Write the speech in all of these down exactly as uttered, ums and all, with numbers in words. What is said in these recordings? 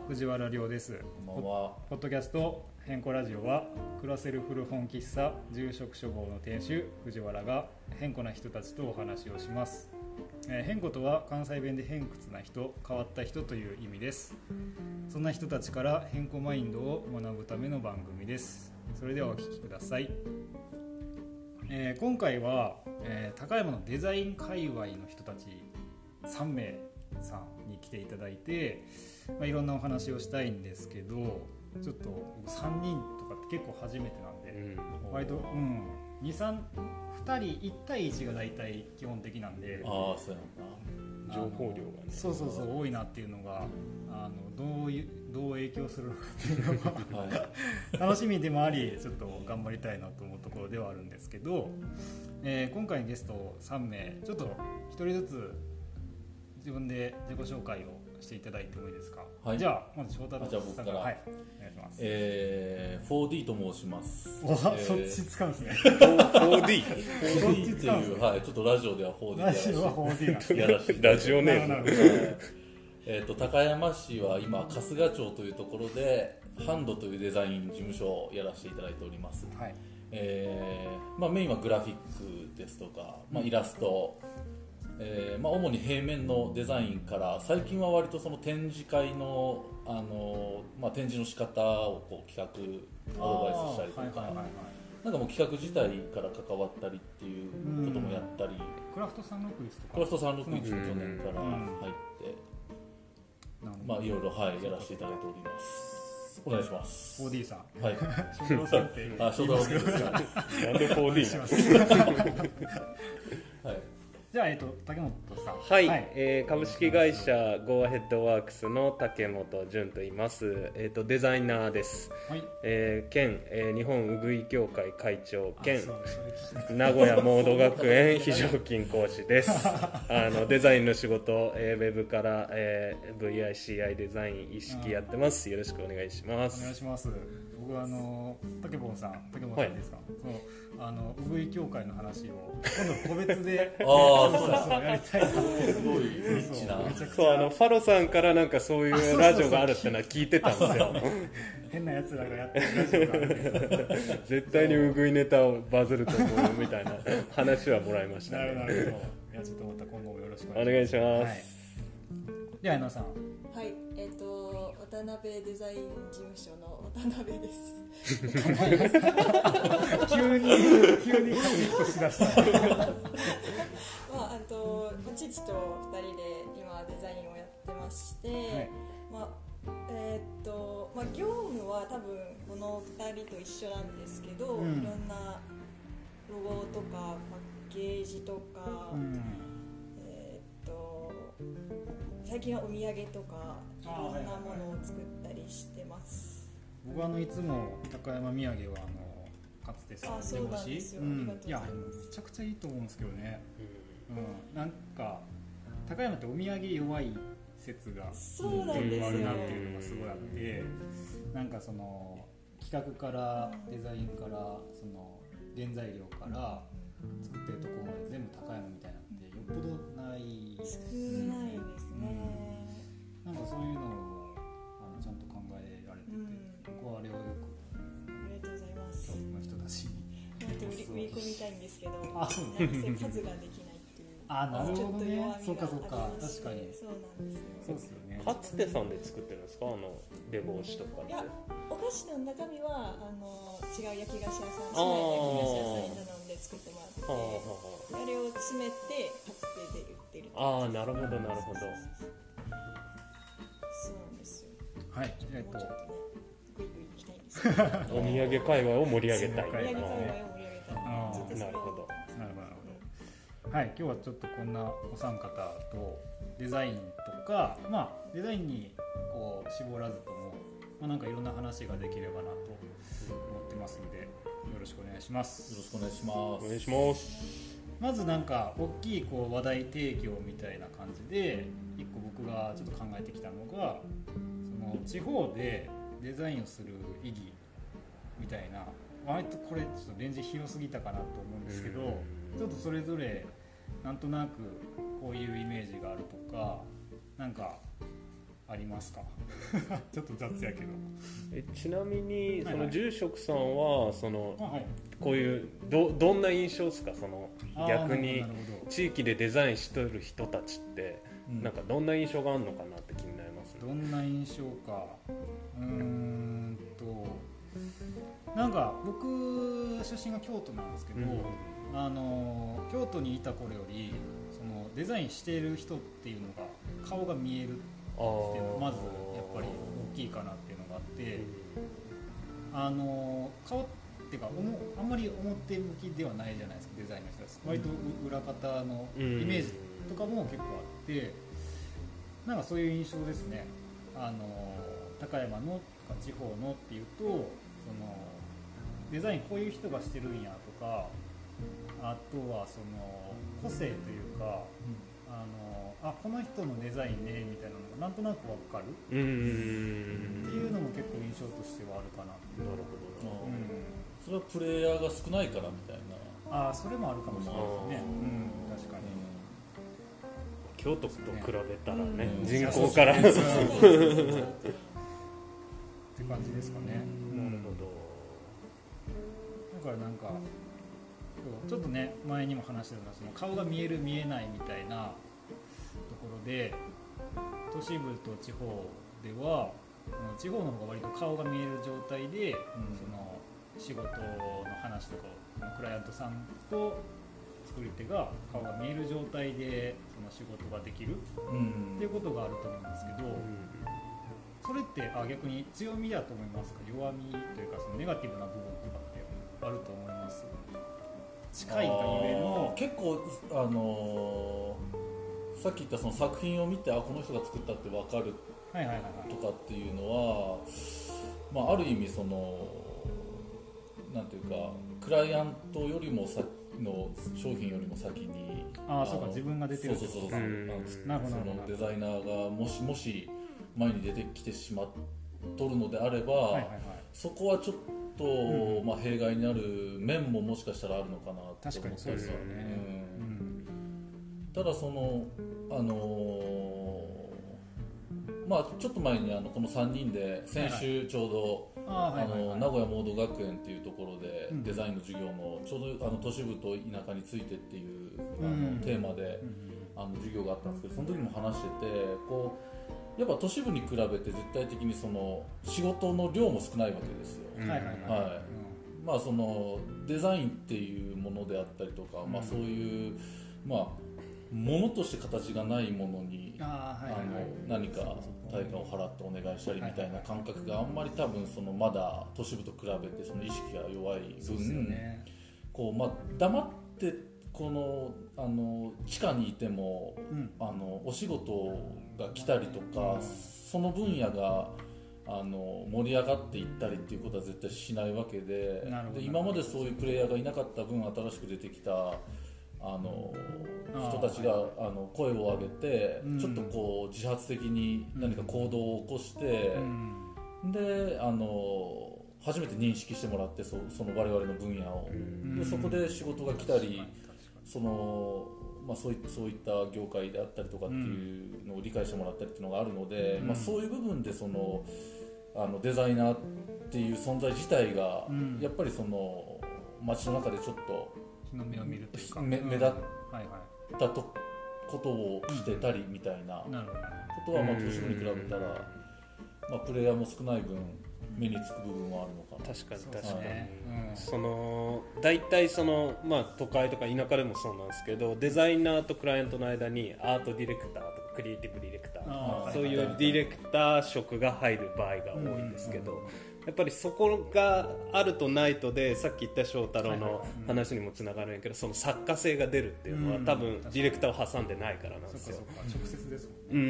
藤原亮です。 こんばんは。 ポッドキャスト変更ラジオは暮らせる古本喫茶住職処方の店主藤原が変更な人たちとお話をします。えー、変更とは関西弁で偏屈な人、変わった人という意味です。そんな人たちから変更マインドを学ぶための番組です。それではお聞きください。えー、今回は、えー、高山のデザイン界隈の人たちさんめいさんに来ていただいて、まあ、いろんなお話をしたいんですけど、ちょっと僕さんにんとかって結構初めてなんで、うん、割と、うん、に、さん、ふたりいち対いちが大体基本的なんで、 ああそうやな、 情報量がね、 そうそうそう多いなっていうのが、あのどういうどう影響するのかっていうのが、はい、楽しみでもありちょっと頑張りたいなと思うところではあるんですけど、えー、今回のゲストさんめいちょっとひとりずつ自分で自己紹介をしていただいてもいいですか。はい、じゃあまず翔太郎さん。 じゃあ僕から、 はい、お願いします。 えー、フォーディー と申します。 お、えー、そっち使うんですね。 フォーディーフォーディー っていう、はい、ちょっとラジオでは フォーディーラジオは フォーディー なんですね。 やらせてラジオネーム。 えーと高山市は今春日町というところでハンドというデザイン事務所をやらせていただいております。はい、えーまあ、メインはグラフィックですとか、まあ、イラスト、えーまあ、主に平面のデザインから最近は割とその展示会の、あの、まあ、展示の仕方をこう企画アドバイスしたりとか、はいはいはいはい、なんかもう企画自体から関わったりっていうこともやったり、 クラフトさんろくいちとかクラフトさんろくいち去年から入って、まあ、いろいろ、はい、やらせていただいております。お願いします。 フォーディー さん、 はい、 翔太郎さんってあ、翔太郎さんですか。 なんで フォーディーはい、じゃあ、えー、と竹本さん。 はい、はい、えー、株式会社 ゴーアヘッドワークスの竹本淳と言います。えー、とデザイナーです。はい、えー、兼、えー、日本うぐい協会会長兼名古屋モード学園非常勤講師です。あのデザインの仕事、えー、ウェブから、えー、ブイアイシーアイ デザイン意識やってます。よろしくお願いします。 お願いします。僕はあの竹本さん、竹本さんですか、はい、そのあのうぐい協会の話を今度個別であそうそうやりたいな。 すごいリッチな。 そう、あのファロさんからなんかそういうラジオがあるってのは聞いてたんですよ。 変なやつらがやってるラジオがある。 絶対にうぐいネタをバズると思うみたいな話はもらいました、ね。 なるほど。いやちょっとまた今後もよろしくお願いします。はい、 では江野さん。 はい、えっ、ー、と渡辺デザイン事務所の渡辺です。 急に急にコミットしだした。 まああと父とふたりで今デザインをやってまして、はい、まあえっ、ー、とまあ業務は多分このふたりと一緒なんですけど、うん、いろんなロゴとかパッケージとか、うん、えっ、ー、と最近はお土産とかいろんなものを作ったりしてます。 僕はあのいつも高山土産はあのかつてさんでほしい、うん、いやめちゃくちゃいいと思うんですけどね、うんうん、なんか高山ってお土産弱い説が結構あるなっていうのがすごいあって、なんかその企画からデザインからその原材料から作ってるところまで全部高山みたいなのってよっぽどない少ないですね、 うん、なんかそういうのをあのちゃんと考えられてて、うん、僕はあれをよくありがとうございます。 今日の人たちに売り込みたいんですけど、 あ、そうね、 数ができないっていう。 あ、なるほどね。そうかそうか、確かに。 そうなんですよ。 そうですよね。 かつてさんで作ってるんですか、あのレ帽子とかって。 いや、お菓子の中身はあの違う焼き菓子屋さん、違う焼き菓子屋さんに頼んで作ってもらって、あれを詰めてかつてで売ってる。 ああ、なるほどなるほど。 そうなんですよ。 はい、えっと。 グイグイ行きたいんですけど。 お土産界隈を盛り上げたい。 お土産界隈を盛り上げたい。 ああ、なるほど。 なるほど。はい、今日はちょっとこんなお三方とデザインとか、まあデザインにこう絞らずとも、まあ、なんかいろんな話ができればなと思ってますので、よろしくお願いします。 よろしくお願いします。 お願いします。 まずなんか大きいこう話題提供みたいな感じで一個僕がちょっと考えてきたのが、その地方でデザインをする意義みたいな、割とこれちょっとレンジ広すぎたかなと思うんですけど、ちょっとそれぞれなんとなくこういうイメージがあるとか、なんかありますかちょっと雑やけど。 えちなみにその住職さんはその、 はいはい、 こういう ど, どんな印象ですか、その逆に地域でデザインしとる人たちって、うん、なんかどんな印象があるのかなって気になりますね。 どんな印象か、うーんとなんか僕出身が京都なんですけど、うん、あの京都にいた頃よりそのデザインしている人っていうのが顔が見えるっていうのがまずやっぱり大きいかなっていうのがあって、あの顔っていうかあんまり表向きではないじゃないですか、デザインの人たち割と裏方のイメージとかも結構あって、なんかそういう印象ですね。あの高山のとか地方のっていうと、そのデザインこういう人がしてるんやとか、あとはその個性というか、うん、あのあこの人のデザインねみたいなのがなんとなく分かるっていうのも結構印象としてはあるかな。 なるほど、うん、それはプレイヤーが少ないからみたいな。 あそれもあるかもしれないですね、うん、確かに、うん京都と比べたらね、うん、人口からって感じですかね。 なるほど。 だからなんかちょっとね前にも話したようなその顔が見える見えないみたいなところで、都市部と地方では地方の方が割と顔が見える状態で、うん、その仕事の話とかをクライアントさんと作り手が顔が見える状態でその仕事ができる、うん、っていうことがあると思うんですけど、うん、それってあ逆に強みだと思いますか、弱みというかそのネガティブな部分とかってあると思います？近いがゆえの結構あのー、さっき言ったその作品を見てあこの人が作ったって分かるとかっていうのは、まあ、ある意味そのなんていうかクライアントよりもさの商品よりも先にああそうか自分が出てるそうそうそうそう、うん、そのデザイナーがもしもし前に出てきてしまっとるのであれば、はいはいはい、そこはちょっと、うんまあ、弊害になる面ももしかしたらあるのかなって思ったりするね、うん、ただそのあのー、まあちょっと前にあのこのさんにんで先週ちょうど、はいはい、あの名古屋モード学園っていうところでデザインの授業のちょうどあの都市部と田舎についてっていうあの、うん、テーマで、うん、あの授業があったんですけど、その時も話しててこうやっぱ都市部に比べて絶対的にその仕事の量も少ないわけですよ、うんはいはいはいまあ、そのデザインっていうものであったりとか、うんまあ、そういう、まあ、ものとして形がないものにあ、はいはい、あの何か対価を払ってお願いしたりみたいな感覚があんまり多分そのまだ都市部と比べてその意識が弱い分、ねこうまあ、黙ってこのあの地下にいても、うん、あのお仕事が来たりとか、うん、その分野があの盛り上がっていったりっていうことは絶対しないわけ で, で今までそういうプレイヤーがいなかった分新しく出てきたあの人たちがあの声を上げて、うん、ちょっとこう自発的に何か行動を起こして、うん、であの初めて認識してもらって そ, その我々の分野を、うん、でそこで仕事が来たりその、まあ、そうい、そういった業界であったりとかっていうのを理解してもらったりっていうのがあるので、うんまあ、そういう部分でそのあのデザイナーっていう存在自体がやっぱりその街の中でちょっと日の目を見るというか目立ったとことをしてたりみたいなことはまあ都市部に比べたら、まあ、プレイヤーも少ない分目につく部分はあるのかな。 確かに確かに、ねうん、その大体その、まあ、都会とか田舎でもそうなんですけどデザイナーとクライアントの間にアートディレクターとかクリエイティブディレクターそういうディレクター職が入る場合が多いんですけど、うんうんうんやっぱりそこがあるとないとでさっき言った翔太郎の話にもつながるんやけどその作家性が出るっていうのは多分ディレクターを挟んでないからなんですよ。 直接ですもんね。うん。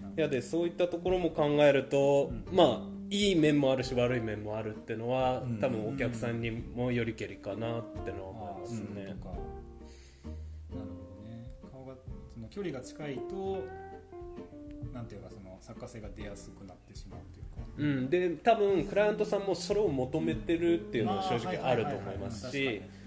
いやでそういったところも考えると、まあいい面もあるし悪い面もあるっていうのは多分お客さんにもよりけりかなってのは思いますね。なるほどね。顔がその距離が近いとなんていうかその作家性が出やすくなってしまうというか。 うん、で多分クライアントさんもそれを求めてるっていうのは正直あると思いますし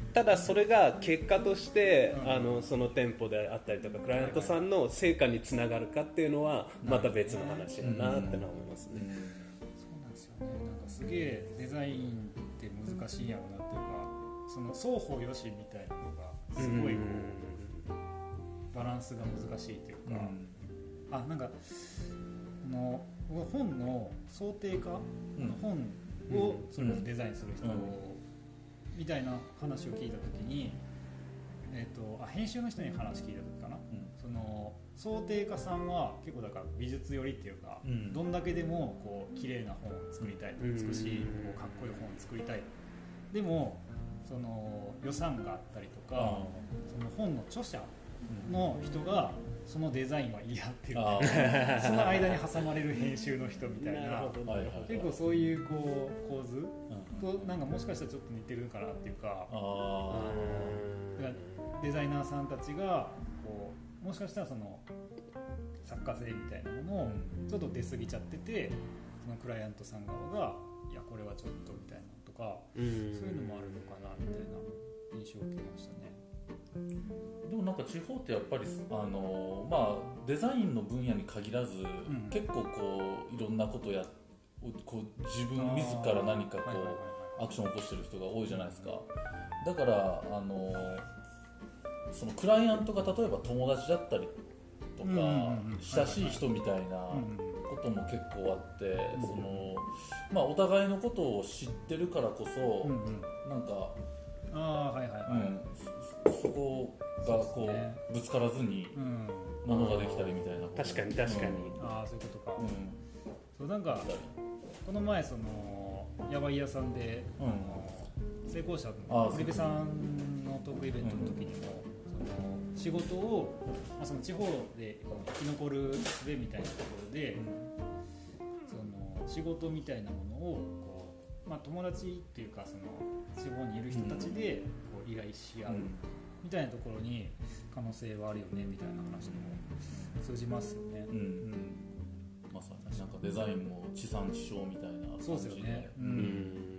ただそれが結果として、うん、あのその店舗であったりとかクライアントさんの成果につながるかっていうのはまた別の話だなってのは思いますね。 そうなんですよね。なんかすげえデザインって難しいんやろうなっていうか、その双方よしみたいなのがすごいこうバランスが難しいというか、うん、あなんかこの本の想定化、うん、本をそれこそデザインする人みたいな話を聞いたときに、えー、とあ編集の人に話聞いたときかな、うん、その想定家さんは結構だから美術寄りっていうか、うん、どんだけでもこう綺麗な本を作りたい、美しいこうかっこいい本を作りたい、でもその予算があったりとか、その本の著者の人がそのデザインは嫌っていうか、その間に挟まれる編集の人みたいな、結構そういうこう構図となんかもしかしたらちょっと似てるかなっていうか、あだからデザイナーさんたちがこうもしかしたらその作家性みたいなものをちょっと出過ぎちゃってて、そのクライアントさん側がいやこれはちょっとみたいなのとか、そういうのもあるのかなみたいな印象を受けましたね。 でもなんか地方ってやっぱりあの、まあ、デザインの分野に限らず、うん、結構こういろんなことやこう自分自ら何かこうアクションを起こしてる人が多いじゃないですか。だからあのそのクライアントが例えば友達だったりとか、うんうんうん、親しい人みたいなことも結構あって、うんうん、そのまあ、お互いのことを知ってるからこそ、うんうん、なんかあはいはいはい、 うん、そ, そこがこう、ね、ぶつからずにものができたりみたいなこと、 確かに確かに、 うん、ああそういうことか、うん、そうなんかこの前そのやばい屋さんで、うん、あの成功者の堀部さんのトークイベントの時にも、うん、その仕事を、まあ、その地方で生き残る術みたいなところで、うん、その仕事みたいなものをこう、まあ、友達っていうかその地方にいる人たちでこう依頼し合うみたいなところに可能性はあるよねみたいな話も通じますよね。うんうん、 まさになんかデザインも地産地消みたいな感じで、そうですよね。うん。うん、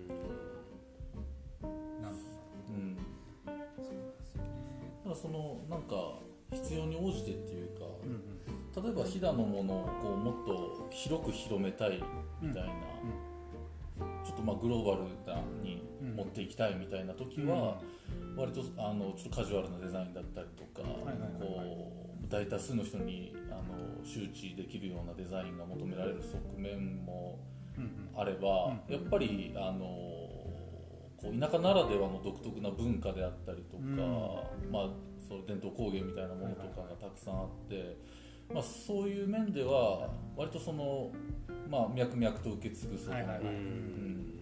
なんうん。 そうですよね。だからそのなんか必要に応じてっていうか、うんうん、例えば飛騨のものをこうもっと広く広めたいみたいな。うんうん、ちょっとまあグローバルに持っていきたいみたいな時は割とあのちょっとカジュアルなデザインだったりとか、大多数の人にあの周知できるようなデザインが求められる側面もあれば、やっぱりあのこう田舎ならではの独特な文化であったりとか、まあその伝統工芸みたいなものとかがたくさんあって、まあ、そういう面では割とその、まあ、脈々と受け継ぐその、はいはいはい、うん、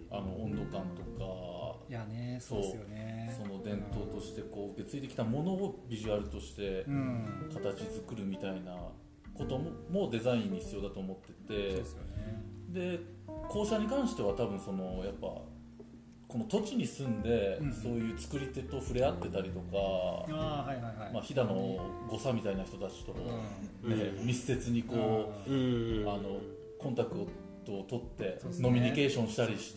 あの温度感とか、 いやね、そうですよね、 その伝統としてこう受け継いできたものをビジュアルとして形作るみたいなことも、もデザインに必要だと思ってて、そうですよね。で校舎に関しては多分そのやっぱこの土地に住んで、うん、そういう作り手と触れ合ってたりとか、あ、はいはいはい、まあ、飛騨の誤差みたいな人たちと、うんね、うん、密接にこう、うん、あのコンタクトを取ってノミニケーションしたりして、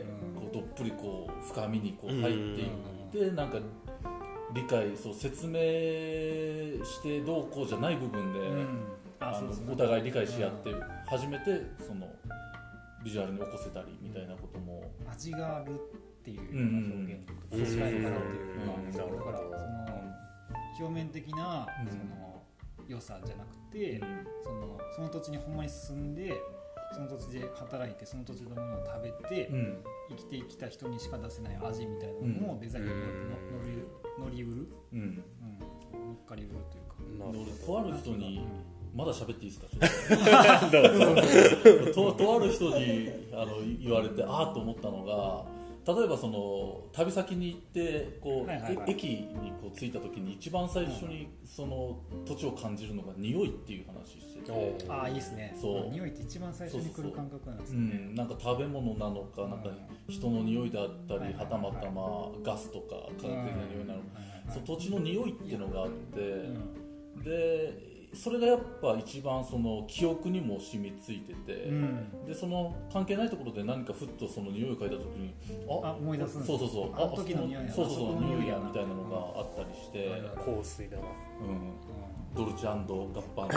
うん、こうどっぷりこう深みにこう入っていって、うん、なんか理解、そう説明してどうこうじゃない部分で、うん、あのお互い理解し合って初めてそのビジュアルに起こせたりみたいなことも、 味があるっていう表現とか、確かにかなっていうか、だからその表面的なその良さじゃなくて、そのその土地にほんまに進んで、その土地で働いてその土地のものを食べて、うん、生きてきた人にしか出せない味みたいなものをデザインに乗りうる、うんうん、乗っかりうるというか、 とある人にまだ喋っていいですか？どうぞ。と, とある人にあの言われてああと思ったのが、例えばその旅先に行ってこう、はいはいはい、駅にこう着いた時に一番最初にその土地を感じるのが匂いっていう話してて、 ああいいですね。そう、匂いって一番最初に来る感覚なんですね。 そうそうそう、うん、なんか食べ物なのか、なんか人の匂いだったり、はいはいはいはい、はたまたまガスとか化学的な匂いなのか、はいはいはい、そう土地の匂いっていうのがあって、うん、でそれがやっぱ一番その記憶にも染みついてて、うん、でその関係ないところで何かふっとその匂いを嗅いだ時にああ思い出すんです。 そうそうそうあの時の匂いやそうそうそう匂いやみたいなのがあったりして、 香水だな、 うん、ドルチェ&ガッパ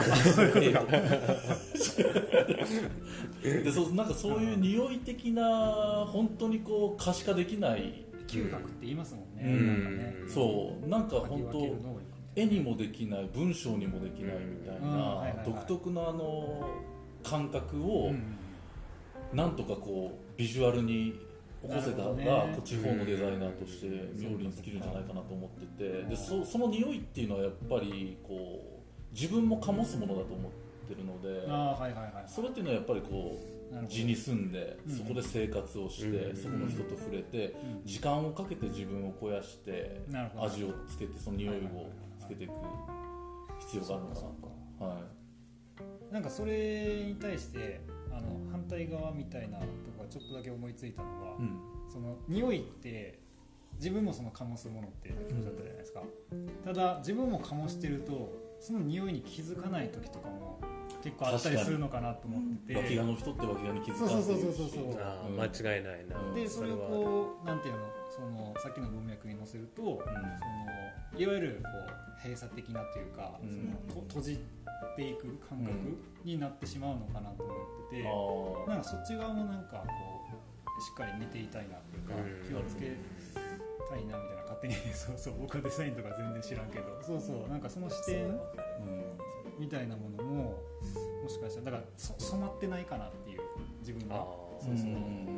ーでそうなんかそういう匂い的な本当にこう可視化できない嗅覚って言いますもんね、 うん、なんかねそうなんか本当絵にもできない文章にもできないみたいな独特のあの感覚をなんとかこうビジュアルに起こせたら、ね、地方のデザイナーとして妙に尽きるんじゃないかなと思ってて、で そ, その匂いっていうのはやっぱりこう自分も醸すものだと思ってるので、 あ、はいはいはい、 それっていうのはやっぱりこう地に住んでそこで生活をして、うん、そこの人と触れて、うん、時間をかけて自分を肥やして味をつけてその匂いをつけていく必要があるのかなと、はい、 なんかそれに対してあの反対側みたいなとこがちょっとだけ思いついたのが、うん、その匂いって自分もその醸すものっておっしゃったじゃないですか、うん、ただ自分も醸してるとその匂いに気づかない時とかも結構あったりするのかなと思ってて、 脇がの人って脇がに気づかないそうそうそうそうそう、 あ、うん、間違いないな。 でそれをこうなんていうの、そのさっきの文脈に載せると、うん、そのいわゆるこう閉鎖的なというか、うん、そのと閉じていく感覚になってしまうのかなと思ってて、うん、なんかそっち側もなんかこうしっかり見ていたいなというか、うん、気をつけたいなみたいな、勝手にそうそう僕はデザインとか全然知らんけど、そうそうなんかその視点、うん、みたいなものももしかしたらだからそ染まってないかなっていう自分が、そうそう、うん、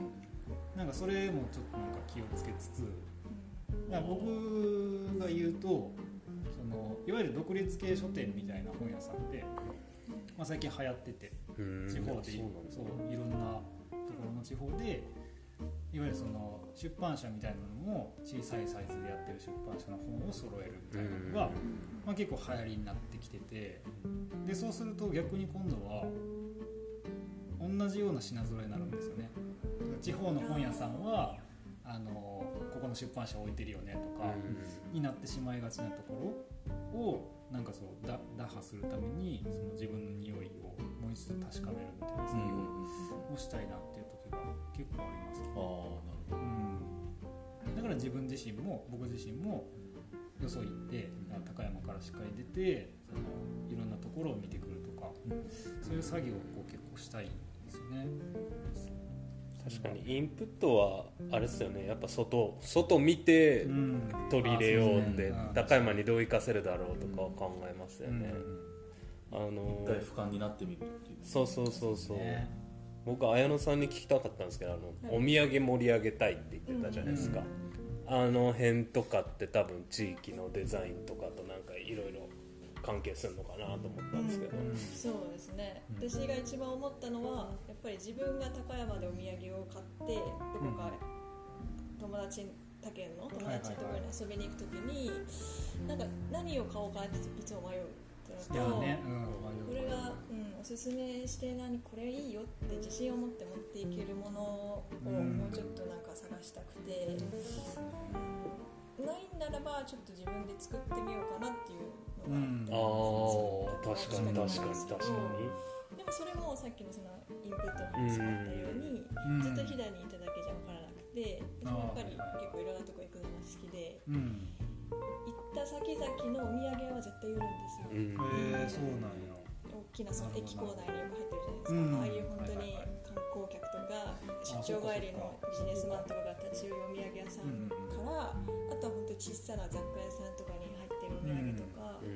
なんかそれもちょっとなんか気をつけつつ、なんか僕が言うとそのいわゆる独立系書店みたいな本屋さんって、まあ、最近流行ってて、地方でそういろんなところの地方でいわゆるその出版社みたいなのも小さいサイズでやってる出版社の本を揃えるみたいなのが、まあ、結構流行りになってきてて、でそうすると逆に今度は同じような品揃えになるんですよね。地方の本屋さんはあのここの出版社置いてるよねとかになってしまいがちなところをなんかそうだ打破するためにその自分の匂いをもう一度確かめるみたいな作業をしたいなっていう時が結構あります、ね。 あ、なるほど、 うん、だから自分自身も僕自身もよそ行って高山からしっかり出てそのいろんなところを見てくるとか、うん、そういう作業をこう結構したいですよね。 確かにインプットはあれですよね、やっぱ外外見て取り入れようって、うん、高山にどう活かせるだろうとかは考えますよね、 うん、あの一回俯瞰になってみるっていう、 そうそうそうそう、ね、僕は綾野さんに聞きたかったんですけど、あの、はい、お土産盛り上げたいって言ってたじゃないですか、うん、あの辺とかって多分地域のデザインとかとなんかいろいろ関係するのかなと思ったんですけど、うん、 そうですね、うん、私が一番思ったのはやっぱり自分が高山でお土産を買ってどこか友達他県の友達のところに遊びに行くときに、なんか何を買おうかっていつも迷うっていうのと、ね、うん、これが、うん、おすすめして何これいいよって自信を持って持っていけるものをもうちょっとなんか探したくて、うん、ないんならばちょっと自分で作ってみようかなっていうのがあって、うん、あ確かに確かに確かに。 でもそれもさっきのそのインプットにつながったように、うん、ずっと飛騨にいただけじゃ分からなくて、私もやっぱり結構いろんなとこ行くのが好きで、うん、行った先々のお土産は絶対売るんですよ。 へ、うん、そうなんや。 大きなその駅構内によく入ってるじゃないですか、うん、ああいう本当に観光客とか出張帰りのビジネスマンとかが立ち寄るお土産屋さんから、うん、あとは本当に小さな雑貨屋さんとかに入ってるお土産とか、うん、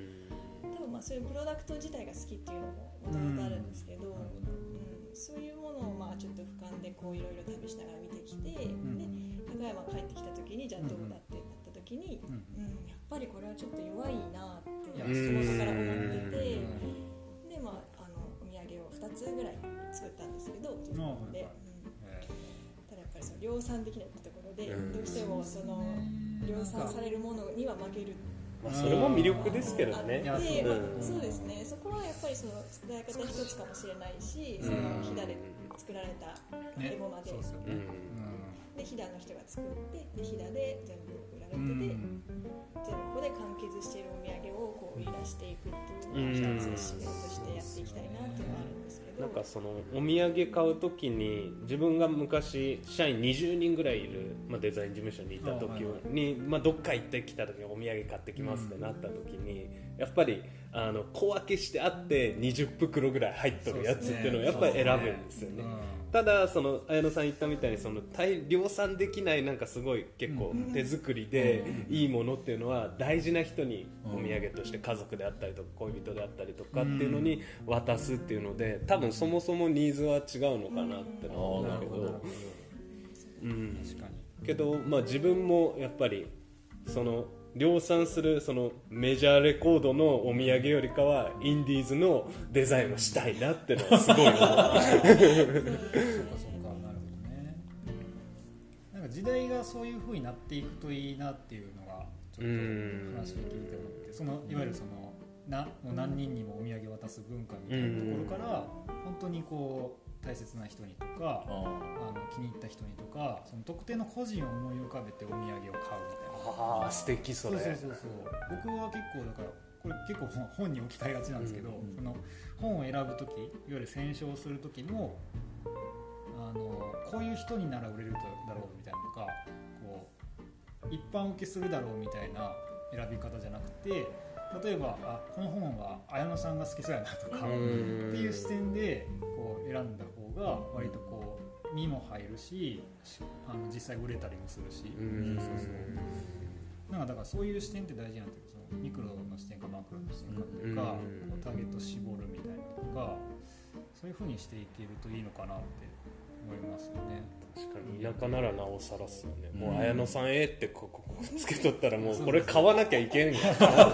でもまあそういうプロダクト自体が好きっていうのももともとあるんですけど、うんうん、そういうものをまあちょっと俯瞰でこういろいろ旅しながら見てきて、うん、で高山帰ってきた時にじゃあどうだってなった時に、うんうん、やっぱりこれはちょっと弱いなって元から思ってて、でまああのお土産をふたつぐらい作ったんですけど、自分で、うん、ただやっぱりその量産できないってところで、どうしてもその量産されるものには負ける。 まあ、それも魅力ですけどね。 で、まあ、そうですね。そこはやっぱりその伝え方一つかもしれないし、その飛騨で作られたエゴマで、 ね、そうですよね、 うん、で飛騨の人が作ってで飛騨で全部売られてて、うん、全部ここで完結しているお土産をこう売り出していくっていうのを一つ使命としてやっていきたいなっていうのがあるんですけど、 なんかそのお土産買うときに自分が昔社員にじゅうにんぐらいいる、まあ、デザイン事務所にいた時に、まあ、どっか行ってきた時にお土産買ってきますってなった時に、やっぱりあの小分けしてあってにじゅっぷくろぐらい入っとるやつっていうのをやっぱり選ぶんですよね。ただその綾野さん言ったみたいにその大量産できないなんかすごい結構手作りでいいものっていうのは大事な人にお土産として家族であったりとか恋人であったりとかっていうのに渡すっていうので、多分そもそもニーズは違うのかなってのは思うけど、うん、けどまあ自分もやっぱりその量産するそのメジャーレコードのお土産よりかはインディーズのデザインをしたいなってのはすごい思う。そうかそうか、なるほどね。なんか時代がそういう風になっていくといいなっていうのがちょっと話を聞いて思って、そのいわゆるそのなもう何人にもお土産渡す文化みたいなところから本当にこう大切な人にとか、あの気に入った人にとか、その特定の個人を思い浮かべてお土産を買うみたいな。 ああ素敵それ。 そうそうそうそう。僕は結構だからこれ結構本に置き換えがちなんですけど、うんうん、その本を選ぶとき、いわゆる選書をするときも、あのこういう人になら売れるだろうみたいなとか、こう一般受けするだろうみたいな選び方じゃなくて。例えばあこの本は綾野さんが好きそうやなとかっていう視点でこう選んだ方が割とこう身も入るし、あの実際売れたりもするし、うんそうそうそうなんかだからそういう視点って大事なんだけど、そのミクロの視点かマクロの視点かっていうか、うん、ターゲット絞るみたいなとか、そういう風にしていけるといいのかなって思いますよね。 確かに田舎ならなおさらっすよね、うん、もう綾野さんえってここつけとったらもうこれ買わなきゃいけんや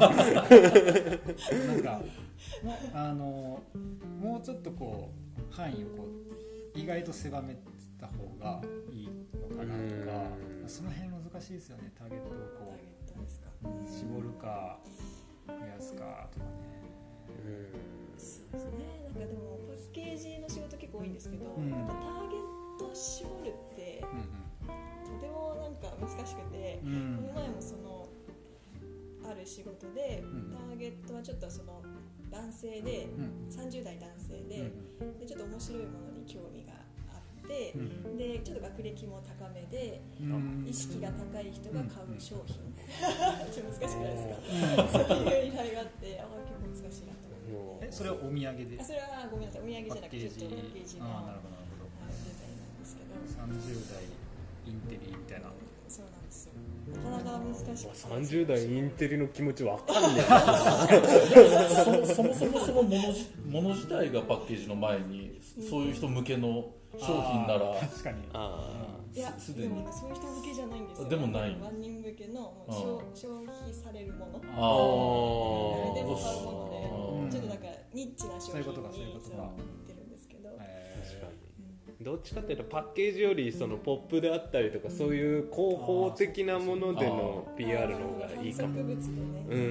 なんかあのもうちょっとこう範囲をこう意外と狭めた方がいいのかなとか、その辺難しいですよね。ターゲットをこう絞るか増やすかとかね。 うんそうですね。なんかでもパッケージの仕事結構多いんですけど、うん、なんかターゲットを絞るって、うんうん、とてもなんか難しくて、うん、この前もそのある仕事で、うん、ターゲットはちょっとその男性で、うん、さんじゅう代男性で、うん、でちょっと面白いものに興味があって、うん、でちょっと学歴も高めで、うん、意識が高い人が買う商品、うん、ちょっと難しくないですか、そういう依頼があってあ結構難しいなと思って。 えそれはお土産で？ あそれはごめんなさい、お土産じゃなくてちょっとパッケージのあなるほどなるほどデザインなんですけど、 さんじゅう代インテリみたいな。 そうなんですよ。なかなか難しい。 さんじゅう代インテリの気持ちわかんねえそもそもそのものじもの自体がパッケージの前にそういう人向けの商品なら、 確かにあいやすでにそういう人向けじゃないんですよ。 でもない万人向けのもう消費されるもの、 あ誰でも買うもので、ちょっとなんかニッチな商品にそうってるんですけど、 どっちかというとパッケージよりそのポップであったりとかそういう広報的なものでの ピーアール の方がいいかも。 反則物でね。 うん。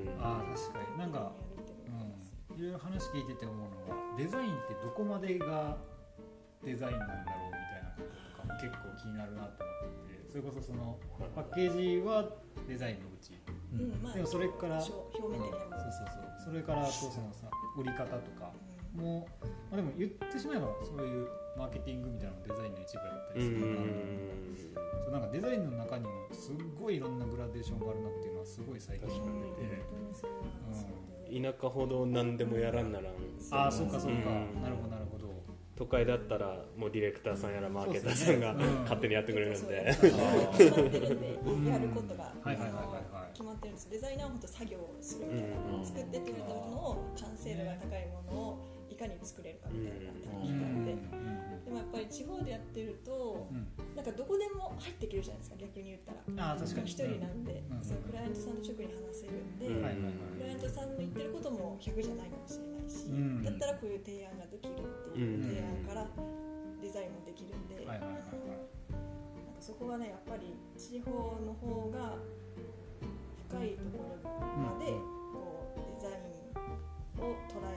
あ確かになんか、うん、いろいろ話聞いてて思うのはデザインってどこまでがデザインなんだろうみたいなこととかも結構気になるなと思ってて、それこそそのパッケージはデザインのうち、うんまあ、でもそれから表面的な、 うん、そうそうそうそれからそのさ売り方とかもう、まあ、でも言ってしまえばそういうマーケティングみたいなのデザインの一部だったりするから、そうなんかデザインの中にもすっごいいろんなグラデーションがあるなっていうのはすごい最近知ってて、 うん、田舎ほど何でもやらんならん。 ああそうかそうか、うん、なるほどなるほど。 都会だったらもうディレクターさんやらマーケターさんが勝手にやってくれるんで、 決まってるんでやることが決まってるんです。デザイナーは本当作業をするみたいな、作ってって言われたものを完成度が高いものをいかに作れるかみたいな短期間で、でもやっぱり地方でやってるとなんかどこでも入っていけるじゃないですか、逆に言ったら。 あ確かに一人なんで、うん、そのクライアントさんと直に話せるんで、うん、クライアントさんの言ってることもひゃくじゃないかもしれないし、うん、だったらこういう提案ができるっていう提案からデザインもできるんで、なんかそこがねやっぱり地方の方が深いところまでこうデザインを捉え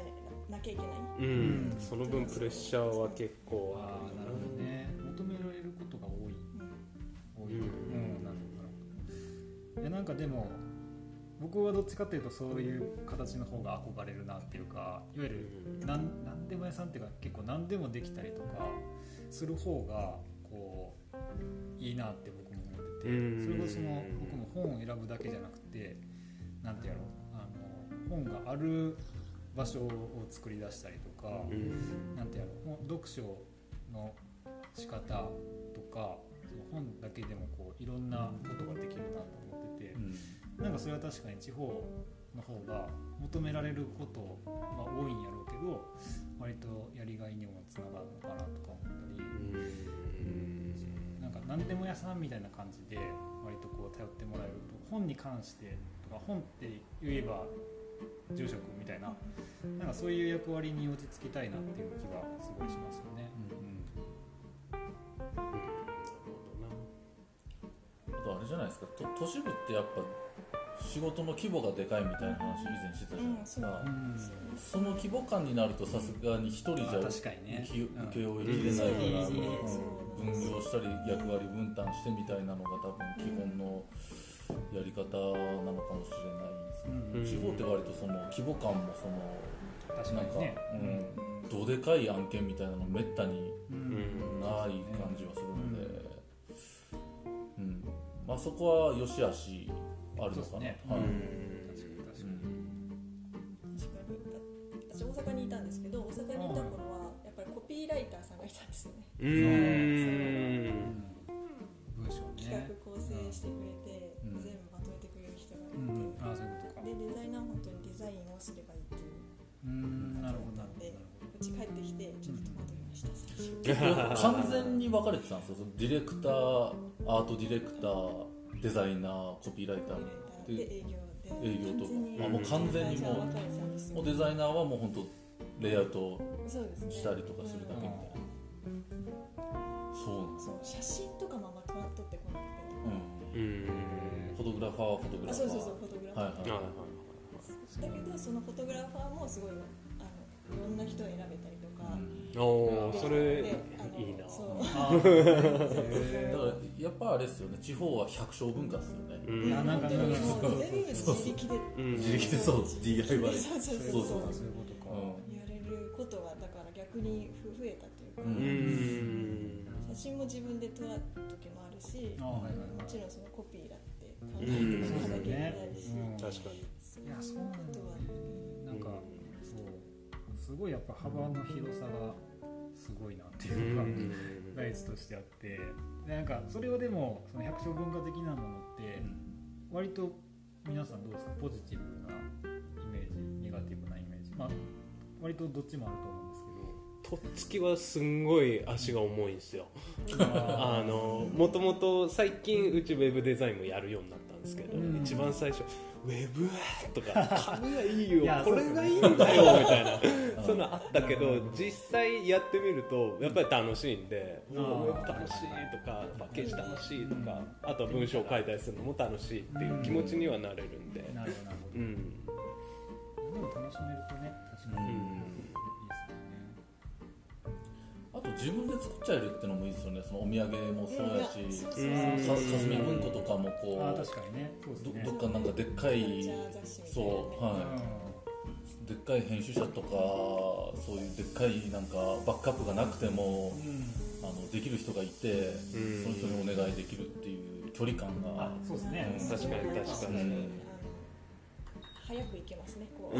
なきゃいけない、 うん、その分プレッシャーは結構ああなるほどね、求められることが多い、うん、多い、うん、うん、なるほど。いやなんかでも僕はどっちかっていうとそういう形の方が憧れるなっていうか、いわゆる何でも屋さんっていうか結構何でもできたりとかする方がこういいなって僕も思ってて、それこその僕も本を選ぶだけじゃなくて、なんてやろう、あの本がある場所を作り出したりとか、なんてやろう、読書の仕方とかその本だけでもこういろんなことができるなと思ってて、うん、なんかそれは確かに地方の方が求められることは多いんやろうけど、割とやりがいにもつながるのかなとか思ったり、うん、なんか何でも屋さんみたいな感じで割とこう頼ってもらえると、本に関してとか本って言えば住職みたいな、なんかそういう役割に落ち着きたいなっていう気はすごいしますよね。うんうん、 あとあれじゃないですか、と都市部ってやっぱ仕事の規模がでかいみたいな話以前してたじゃないですか、うん、その規模感になるとさすがに一人じゃ受け負いきれないから、分業したり役割分担してみたいなのが多分基本のやり方なのかもしれないですけど、うん、地方って割とその規模感もその確かにね、 なんか、うん、どでかい案件みたいなのめったにない感じはするので、うんうん、まあそこは良し悪しあるのかな、ね、はい、うん、確かに確かに確かに。私大阪にいたんですけど、大阪にいた頃はやっぱりコピーライターさんがいたんですよね。うーん、文章ね、企画構成してくれて、うん、全部まとめてくれる人がいて、うん、あ、そういうことか。でデザイナーは本当にデザインをすればいいっていう感じだったんで、こっち帰ってきてちょっと戸惑いました、 うん、完全に分かれてたんですよ。ディレクター、アートディレクター、デザイナー、コピーライターで営業で営業とか、まあ、もう完全にもう、もうデザイナーはもう本当レイアウトしたりとかするだけみたいな。そうなんですよ。 写真とかもまとまっとってこなかったりとか、 うん、フォトグラファーはフォトグラファー、 そうそうそう、フォトグラファー、はいはいはい、だけどそのフォトグラファーもすごいあのいろんな人を選べたりとか、 うん、おー、それいいな。 そうだからやっぱあれですよね、地方は百姓文化ですよね。 うん、いやなんか全部自力で自力でそう ディーアイワイそうそうそうそういうことか、うん、やれることがだから逆に増えたというか、うん、写真も自分で撮った時もあるし、あ、はいはいはい、もちろんそのコピーだって考えていかなきゃいけないし、 うん、確かに。 いやそうなんだよね。なんかそうすごいやっぱ幅の広さがすごいなっていうか、第一としてあって、でなんかそれはでもその百姓文化的なものって割と皆さんどうですか、ポジティブなイメージ、ネガティブなイメージ、まあ割とどっちもあると思うんですけど、 とっつきはすんごい足が重いんですよ。あのもともと最近うちウェブデザインもやるようになったんですけど、うん、一番最初ウェブとか紙がいいよいこれがいいんだよみたいなそういうのあったけど、実際やってみるとやっぱり楽しいんで、ウェブ楽しいとかパッケージ楽しいとか、あとは文章を書いたりするのも楽しいっていう気持ちにはなれるんで、 なるほどなるほど、うん、でも楽しめるとね、確かに、うん、 あと自分で作っちゃえるっていうのもいいですよね。そのお土産もそうやし、かすみ文庫とかもこう、 あ、確かにね、そうですね、 ど, どっかなんかでっかい、そう、はい、でっかい編集者とかそういうでっかいなんかバックアップがなくても、うん、あのできる人がいて、うん、その人にお願いできるっていう距離感が、 そうですね、 うん、確かに確かに、うん、 早く行けますね、こう、 うん、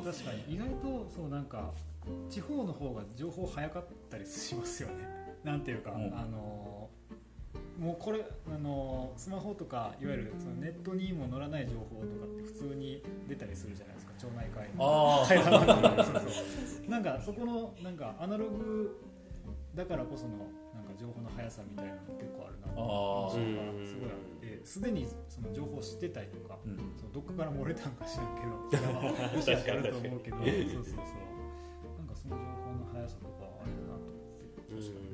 確かに意外とそうなんか地方の方が情報早かったりしますよね。なんていうか、うん、あのもうこれあのスマホとかいわゆるそのネットにも載らない情報とかって普通に出たりするじゃないですか、町内会の会話とかそうそうなんかそこのなんかアナログだからこそのなんか情報の速さみたいなの結構あるなと思う。すごいあって、すでにその情報を知ってたりとか、うん、そのどっかから漏れたんか知らんけど、もしかしたらあると思うけど、そうそうそう。その情報の速さとかあるなと思って、確か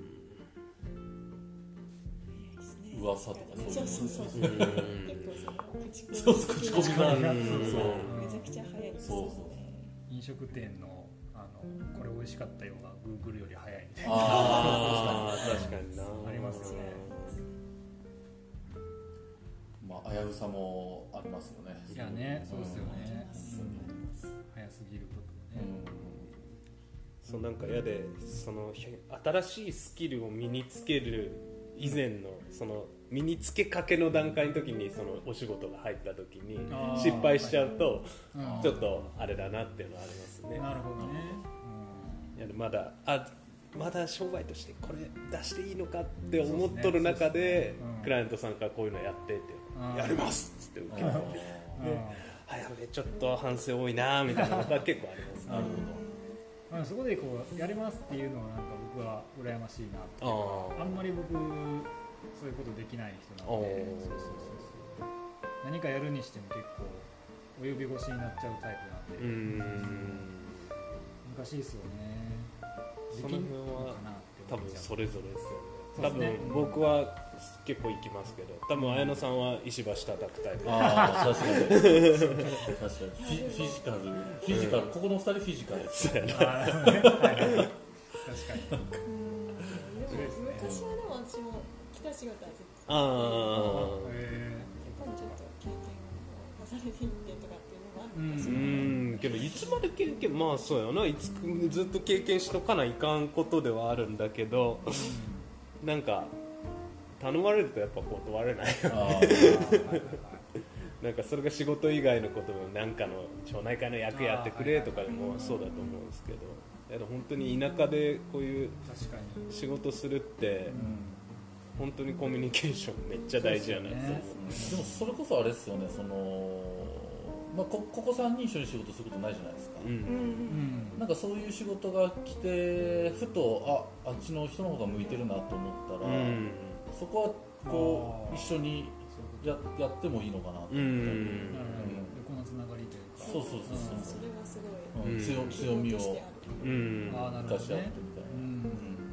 に、うん、噂とかそうそうそうそう、結構その口コミが、 めちゃくちゃ速いですね。 そうそう、 い飲食店のあのこれ美味しかったよが Google より早いみたいなあ確かになありますよね。 まあ危うさもありますよね。 いやね、そうですよね、 うん、 早すぎることね、 うん、そうなんか嫌でその新しいスキルを身につける以前のその身につけかけの段階の時にそのお仕事が入った時に失敗しちゃうとちょっとあれだなっていうのはありますね。 なるほどね、 いやまだあまだ商売としてこれ出していいのかって思っとる中でクライアントさんからこういうのやってってやりますっつって受けて、あやべちょっと反省多いなみたいなことは結構あります。なるほど。そこでこうやりますっていうのはなんか僕は羨ましいなっていうか、あんまり僕そういうことできない人なので、そうそうそうそう何かやるにしても結構お呼び越しになっちゃうタイプなんで、うーん難しいですよね。 その辺は多分それぞれですよね。多分僕は結構行きますけど、多分綾野さんは石橋叩くタイプ。 ああ確かに確かにフィジカルフィジカル、ここの二人フィジカルですよね。確かに。 昔はでも私も来た仕事はずっとああやっぱりちょっと経験を重ねていってとかっていうのもあるかもしれない。 うんけどいつまで経験まあそうやないつずっと経験しとかないかんことではあるんだけど、なんか頼まれるとやっぱ断れないなんかそれが仕事以外のこともなんかの町内会の役やってくれとかでもそうだと思うんですけど、いや本当に田舎でこういう仕事するって本当にコミュニケーションめっちゃ大事やなって思う。 でもそれこそあれですよね、そのまあ、こ, ここさんにん一緒に仕事することないじゃないですか、うん、なんかそういう仕事が来てふとああっちの人の方が向いてるなと思ったら、うん、そこはこう一緒に や, やってもいいのかなと思ったり、うん、 横のつながりというか、 そうそうそうそう、 それはすごい、 うん、強, 強みを生かし合ってみたいな、うん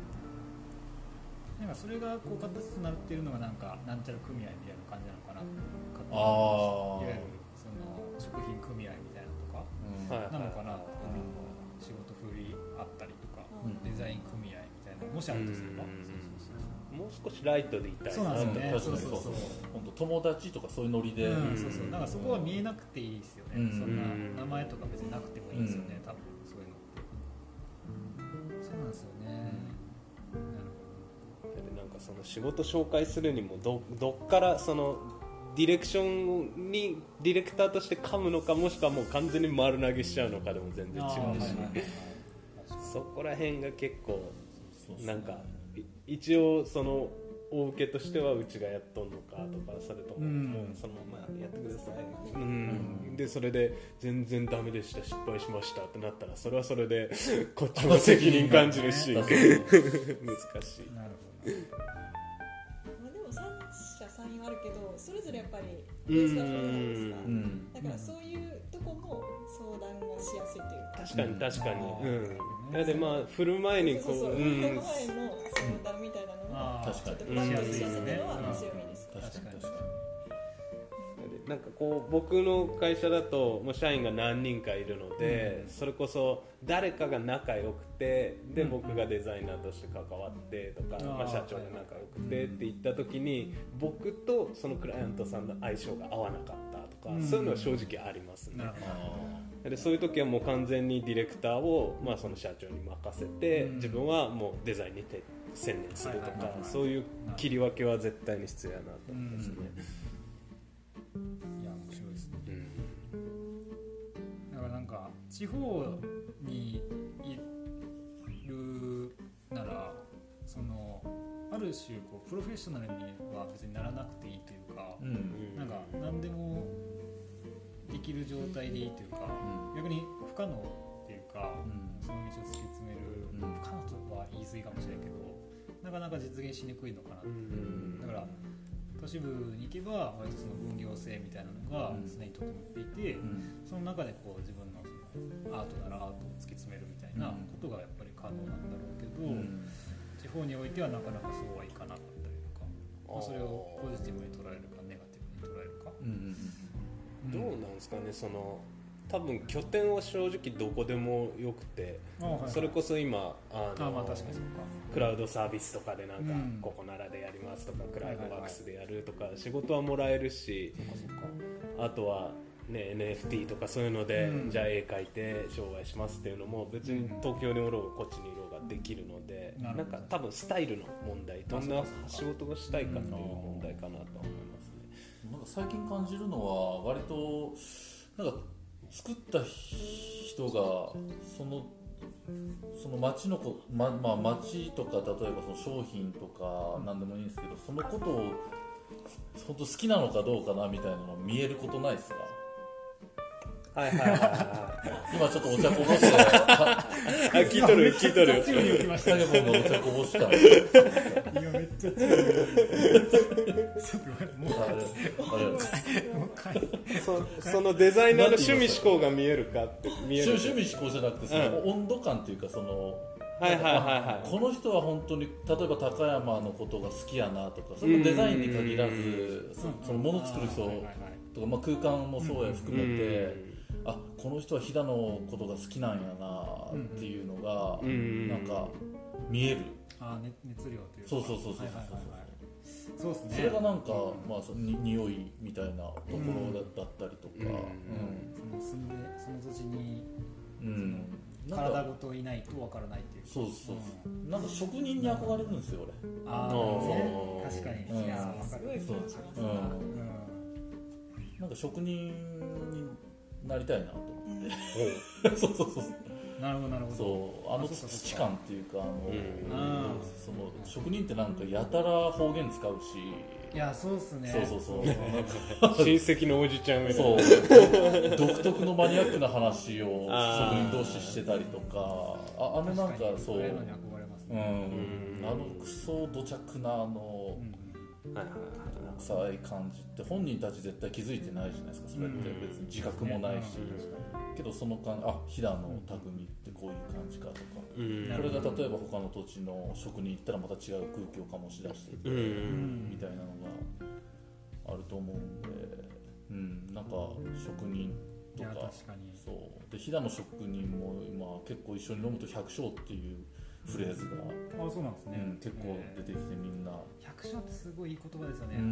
なんかそれがこう形となっているのがなんかなんちゃら組合みたいな感じなのかな。 あいわゆるその食品組合みたいなとか、うん、なのかな、うん、仕事振りあったりとか、うん、デザイン組合みたいなもしあるとすれば、うん、 もう少しライトでいたい。 そうなんですよね。 そうそうそうそう。本当友達とかそういうノリで、 うん、そうそう。なんかそこは見えなくていいですよね。うん、そんな名前とか別になくてもいいですよね。うん、多分そういうのって。そうなんですよね。 なんかその仕事紹介するにも ど, どっからそのディレクションにディレクターとして噛むのか、もしくはもう完全に丸投げしちゃうのかでも全然違うし、そこら辺が結構なんか一応そのお受けとしてはうちがやっとんのかとか、それとももうそのままやってください、うん、でそれで全然ダメでした失敗しましたってなったらそれはそれでこっちも責任感じるし難しい。なるほど。 まあでも三者三様あるけどそれぞれやっぱりベースが違うじゃないですか、うん、だからそういうとこも相談がしやすいというか、 確かに確かに、うん、でまあ振る前にこう、 そうそうそう、うん、振る前の相談みたいなのがちょっとプラッとしやすいのは強みです。 確かに確かに。 なんかこう僕の会社だともう社員が何人かいるので、うん、それこそ誰かが仲良くてで、うん、僕がデザイナーとして関わってとか、うんまあ、社長が仲良くてって言った時に、うん、僕とそのクライアントさんの相性が合わなかったとか、うん、そういうのは正直ありますね、うん、でそういう時はもう完全にディレクターを、まあ、その社長に任せて、うん、自分はもうデザインに専念するとか、そういう切り分けは絶対に必要やなと思いますね、 うん、いや面白いですね、うん、だからなんか地方にいるならそのある種こうプロフェッショナルには別にならなくていいというか、うん、なんか何でもできる状態でいいというか、うん、逆に不可能っていうか、うん、その道を突き詰める、うん、不可能とは言い過ぎかもしれないけどなかなか実現しにくいのかな、うん、だから都市部に行けば割とその分業制みたいなのが常に整っていて、うん、その中でこう自分のそのアートならアートを突き詰めるみたいなことがやっぱり可能なんだろうけど、うん、地方においてはなかなかそうはいかなかったりとか、まあ、それをポジティブに捉えるかネガティブに捉えるか、 うんうん、どうなんですかね。その多分拠点は正直どこでもよくて、はいはい、それこそ今あのあ、まあ、確かにそうかクラウドサービスとかでなんか、うん、ここならでやりますとかクラウドワークスでやるとか、はいはいはい、仕事はもらえるし、あとは、ね、エヌエフティー とかそういうので、うん、じゃあ絵描いて商売しますっていうのも別に東京におろうがこっちにいろうができるので、うん、なんか多分スタイルの問題、どんな仕事がしたいかっていう問題かなと思いますね。 なんか最近感じるのは割となんか作った人がそのその町のこ、ままあ、町とか例えばその商品とか何でもいいんですけど、そのことを本当好きなのかどうかなみたいなの見えることないですか？ はいはいはいはい今ちょっとお茶こぼしてあ、聞いとる聞いとる強いに置きましたね。 最後のお茶こぼした今めっちゃ強いちょっともう一回そ, そのデザイナーの趣味思考が見えるかって見える趣味思考じゃなくてその、うん、温度感っていうかそのはいはいはいはい、 この人は本当に例えば高山のことが好きやなとか、そのデザインに限らずそ, その物作る人とか、まあ、空間もそうや含めて、あ、この人は飛騨のことが好きなんやなっていうのがなんか見える。 あ、熱量というか、 そうそうそうそうそう、はいはいはいはい、 そうですね。 それがなんか、まあ、そのに匂いみたいなところだったりとか、うんうん、 その住んでその土地に、 うん、 体ごといないとわからないっていう。 そうそうそう、うん、なんか職人に憧れるんですよ俺。 ああ、ね、確かに、うん、いや分かる。 そうそう、うんうん、なんか職人になりたいなと思ってそうそうそう、 なるほどなるほど。 そう、あの土感っていうか、あの、うん、その職人ってなんかやたら方言使うし、 いや、そうっすね。 そうそうそう親戚のおじちゃんみたいな、 そう独特のマニアックな話を職人同士してたりとか、あ、あのなんかそう、うん、あのクソ土着なあの、うん、臭い感じって本人たち絶対気づいてないじゃないですか。それって別に自覚もないし、うん、けどその感じ、あ、飛騨の匠ってこういう感じかとか、うん、これが例えば他の土地の職人行ったらまた違う空気を醸し出してて、うん、みたいなのがあると思うんで、うん、なんか職人とか、そうで飛騨の職人も今結構一緒に飲むと百姓っていうフレーズが、 あ、そうなんですね、 うん、結構出てきてみんな、 百姓ってすごいいい言葉ですよね。うん、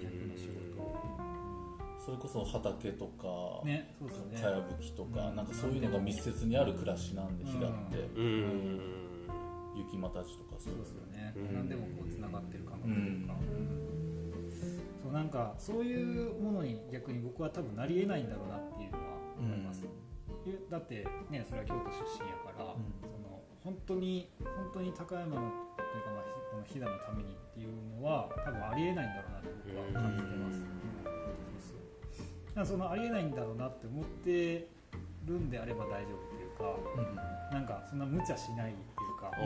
百の仕事、 それこそ畑とか、 ね、そうですよね、 かやぶきとか、うん、なんかそういうのが密接にある暮らしなんで、飛騨って、うんうん、雪間たちとかそうですよね、 うん、何でもこうつながってる感覚というか、うん、そう、なんかそういうものに逆に僕は多分なり得ないんだろうなっていうのは思います、うん、だってね、それは京都出身やから、うん、その本当に本当に高山のというか、まあ、この飛騨のためにっていうのは多分ありえないんだろうなって僕は感じてます、うん、そうそう、そのありえないんだろうなって思ってるんであれば大丈夫っていうか、うん、なんかそんな無茶しないっていうか、うん、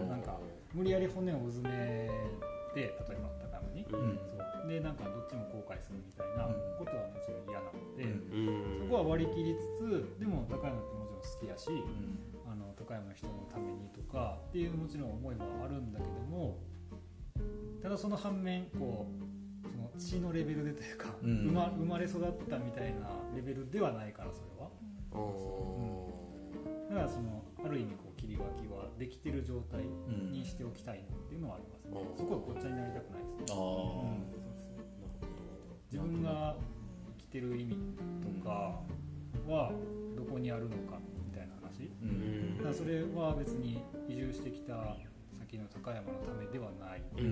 なんか無理やり骨をうずめて、例えば高山に、うん、そうでなんかどっちも後悔するみたいなことはもちろん嫌なので、うん、そこは割り切りつつ、でも高山ってもちろん好きやし、うん、あの高山の人のためにとかっていうもちろん思いもあるんだけども、ただその反面こうその血のレベルでというか、うん、生, ま生まれ育ったみたいなレベルではないから、それは、うん、だからそのある意味こう切り分けはできてる状態にしておきたいなっていうのはありますね、うん、そこはごっちゃになりたくないですね、あ、うん、そうそう、自分が生きてる意味とかはどこにあるのかみたいな話、うん、だからそれは別に移住してきた先の高山のためではない、うん、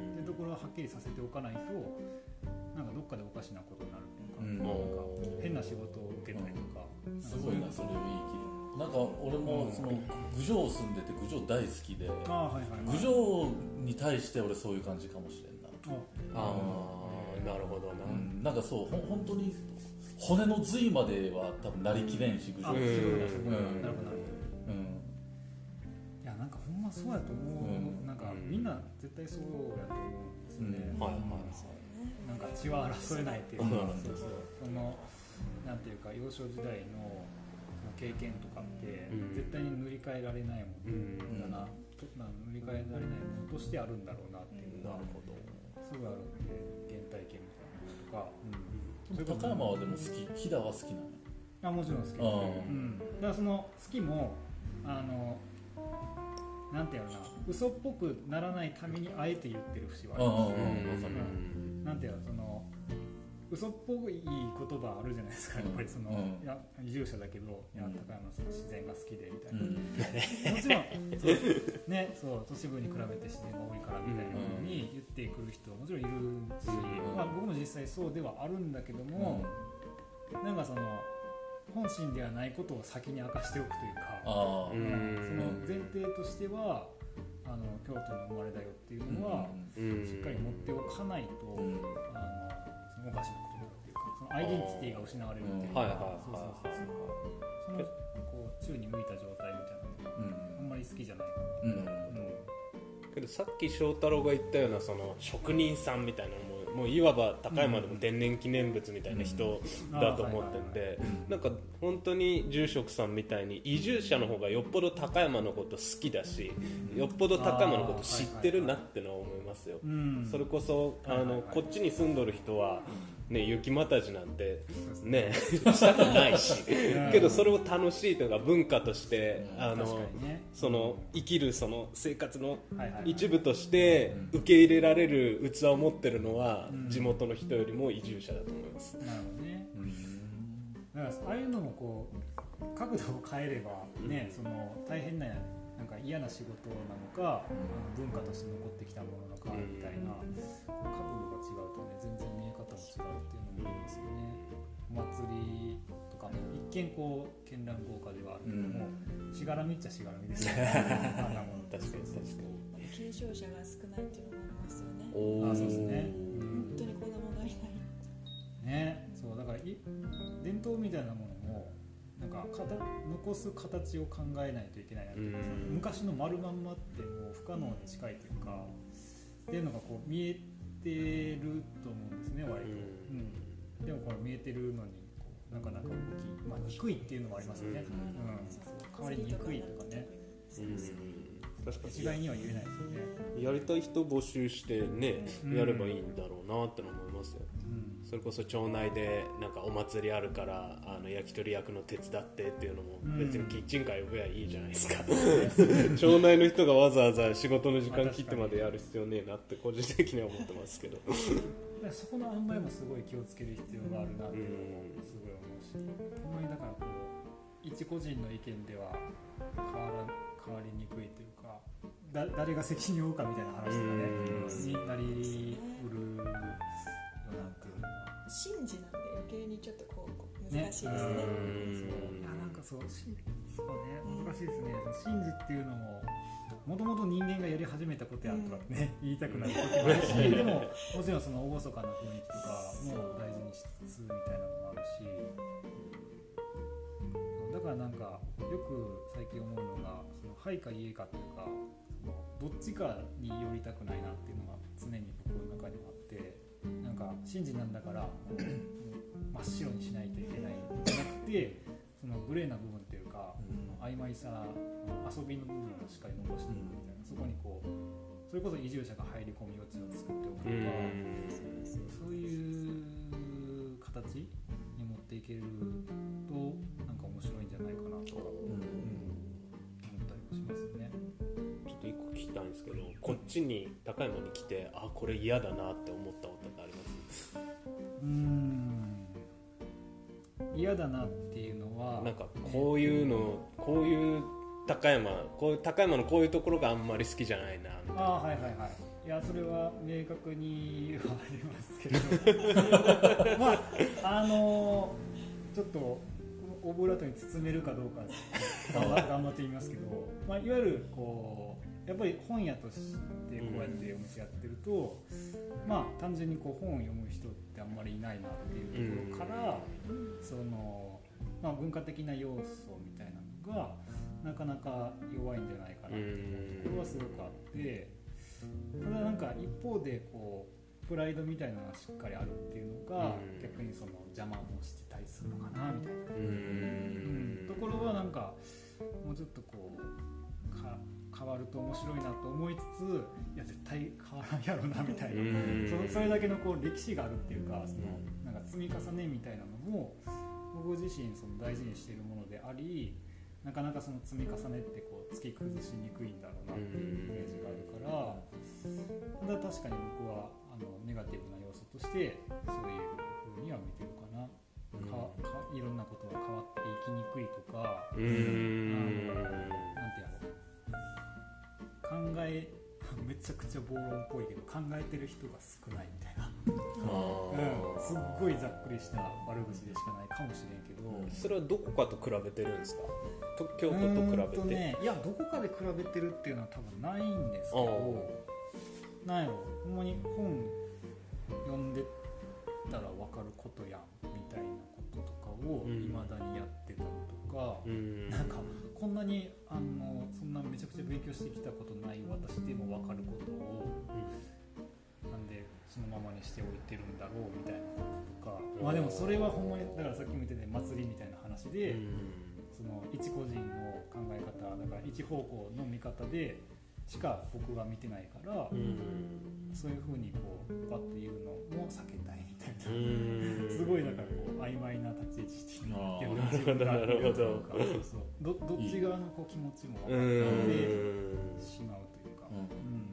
ってところははっきりさせておかないと、なんかどっかでおかしなことになるというか、うん、なんか変な仕事を受けたりとか、 うん、すごいな、それを言い切る。なんか俺もその郡上住んでて郡上大好きで、郡上に対して俺そういう感じかもしれんな。 ああ、なるほどな、 うん、なんかそうほ本当に骨の髄までは多分なりきれんし、郡上に、うん、なるほどなるほど、うん、 いやなんかほんまそうやと思う、うん、なんかみんな絶対そうやと思うんですよね、うん、はいはい、なんか血は争えないっていうか、うん、そうそう、そのなんていうか幼少時代の経験とかって絶対に塗り替えられないものだな、うん、塗り替えられないものとしてあるんだろうなっていうのがすごいあるんで、原体験みたいなのとか、 うん、高山はでも好き、飛騨は好きなの？ あもちろん好きです、うん、だからその好きもあのなんていうのかな嘘っぽくならないためにあえて言ってる節はあります、うん、なんていうのその嘘っぽい言葉あるじゃないですか、やっぱりその、うん、いや移住者だけど、いや高山さん自然が好きでみたいな、うん、もちろんそうね、そう都市部に比べて自然が多いからみたいな風に言ってくる人はもちろんいるし、うんまあ、僕も実際そうではあるんだけども、うん、なんかその本心ではないことを先に明かしておくというか、あ、うん、その前提としてはあの京都に生まれだよっていうのは、うん、しっかり持っておかないと、うん、あのおかしなことになるっていうか、そのアイデンティティが失われるっていうか、そのこう宙に向いた状態みたいなのが、うん、あんまり好きじゃないかな、うんうん、 けどさっき翔太郎が言ったようなその職人さんみたいなのももういわば高山でも天然記念物みたいな人だと思ってんで、なんか本当に住職さんみたいに移住者の方がよっぽど高山のこと好きだし、よっぽど高山のこと知ってるなってのは思いますよ。それこそあのこっちに住んどる人はね、雪またじなんてねしたくないしけどそれを楽しいというか文化としてあのその生きるその生活の一部として受け入れられる器を持ってるのは地元の人よりも移住者だと思います。 なるほどね。だからああいうのもこう角度を変えればね、その大変ななんか嫌な仕事なのか、うん、文化として残ってきたものなのかみたいな、うん、角度が違うとね全然見え方も違うっていうのもいいですよね。お祭りとかも一見こう絢爛豪華ではあるけども、うん、しがらみっちゃしがらみですよね。あんなもの確かに確かに継承者が少ないっていうのもありますよね。 ああそうですね、 本当に子供がいないね。そうだからい伝統みたいなものもなんか残す形を考えないといけないなっていうか、昔の丸まんまってもう不可能に近いというかっていうのがこう見えてると思うんですね割と、うん、でもこれ見えてるのにこうなかなか大きい、まあ、憎いっていうのもありますよね、うんうん、変わりにくいとかね、うん、確かに一概には言えないですよね。 やりたい人募集してね、うん、やればいいんだろうなって思いますよ、うん、それこそ町内でなんかお祭りあるからあの焼き鳥焼くの手伝ってっていうのも別にキッチンカー呼べばいいじゃないですか、うん、町内の人がわざわざ仕事の時間切ってまでやる必要ねえなって個人的には思ってますけどそこの塩梅もすごい気をつける必要があるなっていうのもすごい思うし、ほんまにだからこう一個人の意見では変わら変わりにくいというかだ誰が責任を負うかみたいな話がねになりうるよなんていうの神事なんで余計にちょっとこう難しいですね。ねそういやなんかそうそうね難しいですね。神事っていうのももともと人間がやり始めたことやとかね、うん、言いたくなる時もあるしでももちろんその厳かな雰囲気とかも大事にしつつみたいなのもあるし、だからなんかよく最近思うのがそのはいかいえかっていうかそのどっちかに寄りたくないなっていうのが常に僕の中にはあって、なんか神事なんだからこう真っ白にしないといけないんじゃなくてそのグレーな部分っていうか、うん、曖昧さ遊びの部分をしっかり残していくみたいな、そこにこうそれこそ移住者が入り込む余地を作っておくとか、そういう形に持っていけるとなんか面白いんじゃないかなとか、うん思ったりもしますよね。 ちょっと一個聞きたいんですけど、こっちに高山に来てあこれ嫌だなって思ったことってあります？ うーん嫌だなっていうのはなんかこういうのこういう高山こういう高山のこういうところがあんまり好きじゃないなみたいな。 あはいはいはい。いやそれは明確にはありますけどまああのちょっとオブラートに包めるかどうか頑張頑張ってみますけど、まあ、いわゆるこうやっぱり本屋としてこうやってお店やってると、まあ単純にこう本を読む人ってあんまりいないなっていうところから、そのまあ文化的な要素みたいなのがなかなか弱いんじゃないかなっていうところはすごくあって、ただなんか一方でこうプライドみたいなのがしっかりあるっていうのが逆にその邪魔もしてたりするのかなみたいな、うん、ところはなんかもうちょっとこうか変わると面白いなと思いつつ、いや絶対変わらんやろなみたいな、そ, それだけのこう歴史があるっていうか、そのなんか積み重ねみたいなのも僕自身その大事にしているものであり、なかなかその積み重ねってこう突き崩しにくいんだろうなっていうイメージがあるから、ただ確かに僕はあのネガティブな要素としてそういう風には見てるかな。かかいろんなことが変わっていきにくいとか、うーん、あのなんてやろう、考えめちゃくちゃ暴論っぽいけど考えてる人が少ないみたいな、うん、すっごいざっくりした悪口でしかないかもしれんけど、 それはどこかと比べてるんですか？と京都と比べて、 ね、いやどこかで比べてるっていうのは多分ないんですけど、なんやろ、ほんまに本読んでたら分かることやんみたいなこととかを未だにやってたりとか、うん、なんかこんなにあのそんなめちゃくちゃ勉強してきたことない私でも分かることを、うん、なんでそのままにしておいてるんだろうみたいなこととか、まあでもそれはほんまにだからさっきも言ってた祭りみたいな話で、うん、その一個人の考え方だから一方向の見方でしか僕は見てないから、うん、そういう風にこうバッて言うのも避けたいみたいな、うん、すごいだからこう曖昧な立ち位置して自分がなるほど、 そうそう ど, どっち側のこう気持ちも分かってしまうというか、うん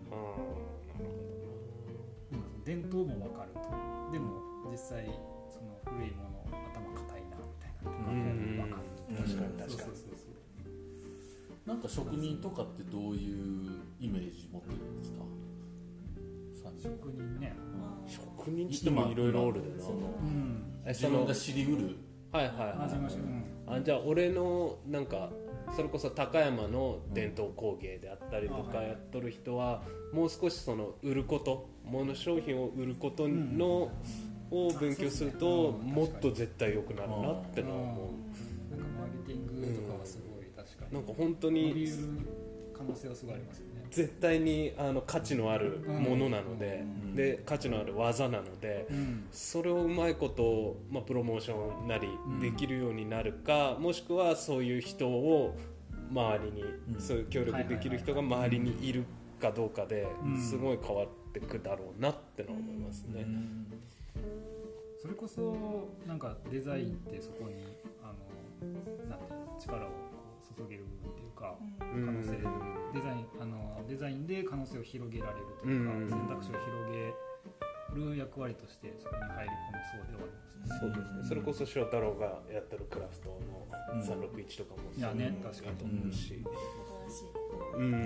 うん、なんか伝統も分かると、でも実際その古いもの頭固いなみたいなとか分かる、 確かに確かに。 そうそうそうそう、 なんか職人とかってどういうイメージ持ってるんですか？ 職人ね、 職人ってもいろいろおるでな、 うん、自分が知りうる、 はいはいはい、あ、じゃあ俺のなんかそれこそ高山の伝統工芸であったりとかやっとる人はもう少しその売ること、物商品を売ることのを勉強するともっと絶対良くなるなってのは思う。 なんかマーケティングとかはすごい確かに、 なんか本当に伸びる可能性はすごいありますよね。 絶対にあの価値のあるものなので、うん、で価値のある技なので、うん、それをうまいこと、まあ、プロモーションなりできるようになるか、うん、もしくはそういう人を周りに、うん、そういう協力できる人が周りにいるかどうかですごい変わってくだろうなってのは思いますね、うん、 それこそなんかデザインってそこにあのなんて力を注げる部分っていうか、可能性、デザイン、あのデザインで可能性を広げられるというか、うん、選択肢を広げる役割としてそこに入り込めそうではありますね。 そうですね。それこそ翔太郎がやってるクラフトのさんろくいちとかもそうだと思うし、うんうん、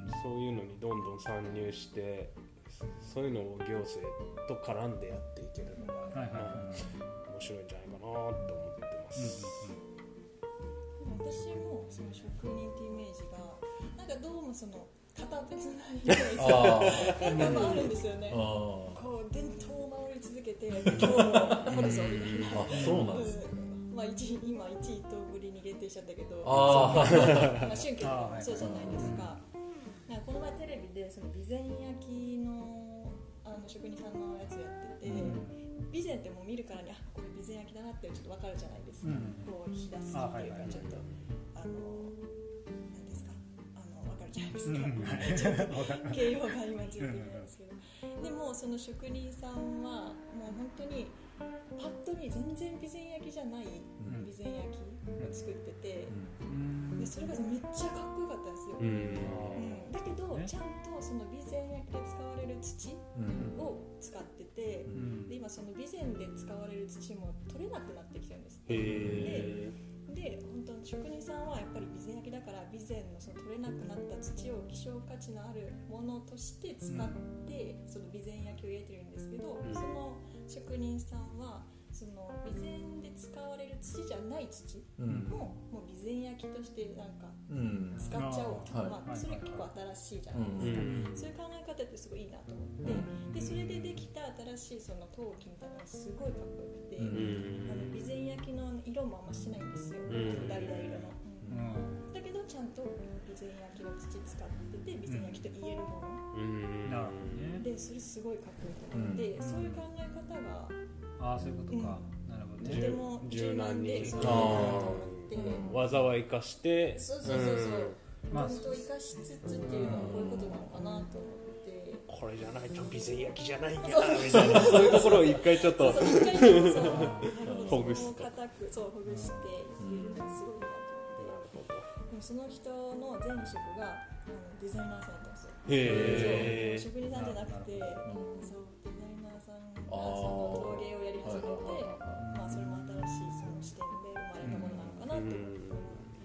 そういうのにどんどん参入して、そういうのを行政と絡んでやっていけるのが、はいはいはい、面白いんじゃないかなと思ってます。うんうんうん、 私もその職人っていうイメージがなんかどうもその片別なイメージがなんかあるんですよね。こう伝統を守り続けて今日も掘るぞみたいな。あ、そうなんですね。まあ一今いちいとぶりに限定しちゃったけど、あまあ春季もそうじゃないですか。なんかこの前テレビでその備前焼きのあの職人さんのやつやってて。うん、備前ってもう見るからにあこれ備前焼きだなってちょっと分かるじゃないですか、うん、こう火出すっていうかちょっとあの何ですかあの分かるじゃないですか、うん、ちょっと形容が今ついてないんですけど、でもその職人さんはもう本当にパッと見全然備前焼きじゃない備前焼きを作ってて、うん、でそれがめっちゃかっこよかったんですよ、うんうん、だけどちゃんとその備前焼きで使われる土を使ってて、うん、で今その備前で使われる土も取れなくなってきてるんです。へー。で、で本当に職人さんはやっぱり備前焼きだから備前のその取れなくなった土を希少価値のあるものとして使って、うん、その備前焼きを入れてるんですけど、うん、その職人さんはその備前で使われる土じゃない土も、うん、もう備前焼きとしてなんか使っちゃおうと、うんまあ、それ結構新しいじゃないですか、うん、そういう考え方ってすごいいいなと思って、うん、でそれでできた新しいその陶器みたいなのがすごいかっこよくて、うん、あの備前焼きの色もあんましないんですよ、うん、橙色の、うん、だけどちゃんと備前焼きの土使ってて備前焼きと言えるもの、うん、でそれすごいかっこよくなって、うん、そういう考え方がああそういうことか、うん、なるほどね。 とても柔軟でそういうのだと思って、うん、技は生かしてそうそうそうそう、うん、まあ、伝統を生かしつつっていうのはこういうことなのかなと思って、 ここれじゃないと備前焼きじゃないんやみたいなそういうところを一回ちょっとほぐすと固くそうほぐしているのがすごいなと思って、でもその人の前職があのデザイナーさんだったんですよ。へー、職人さんじゃなくて、そうデザイナーさんがその陶芸をやり始めて、まあそれも新しいその視点で生まれたものなのかなと思って、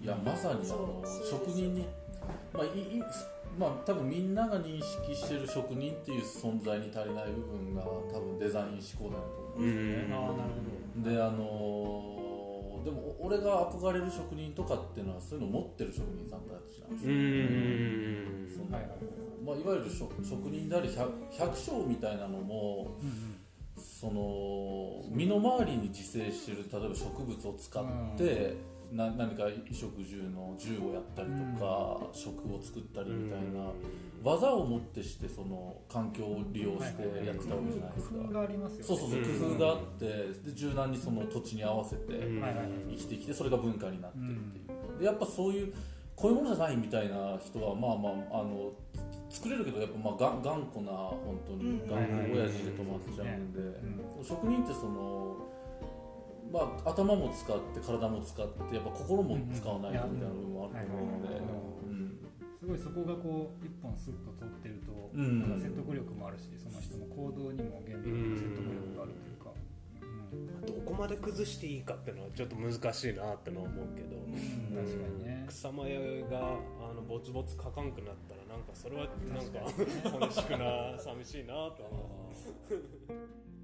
いやまさにあの職人に、まあいいまあ多分みんなが認識してる職人っていう存在に足りない部分が多分デザイン思考だと思うんですよね。ああなるほど。であのでも俺が憧れる職人とかっていうのはそういうのを持ってる職人さんたちなんですよ。うんその、はいはいまあ、いわゆる職人である 百, 百姓みたいなのも、うんうん、その身の回りに自生している例えば植物を使ってな何か衣食住の銃をやったりとか、うん、食を作ったりみたいな技をもってしてその環境を利用してやってたわけじゃないですか。 工夫がありますよね。 そうそうそう工夫があってで柔軟にその土地に合わせて生きてきてそれが文化になってっていう。でやっぱそういうこういうものじゃないみたいな人はまあまああの作れるけどやっぱまあ頑固な本当に頑固親父で止まっちゃうんで、うん、職人ってそのまあ、頭も使って体も使ってやっぱ心も使わないとみたいな部分もあると思うので、 すごいそこがこう一本スッと通ってると、うん、なんか説得力もあるしその人の行動にも原理の説得力があるというか、 うん、どこまで崩していいかっていうのはちょっと難しいなってのは思うけど、うん、確かにね草間屋があのボツボツ書かんくなったらなんかそれはなんか寂しくな寂しいなと思う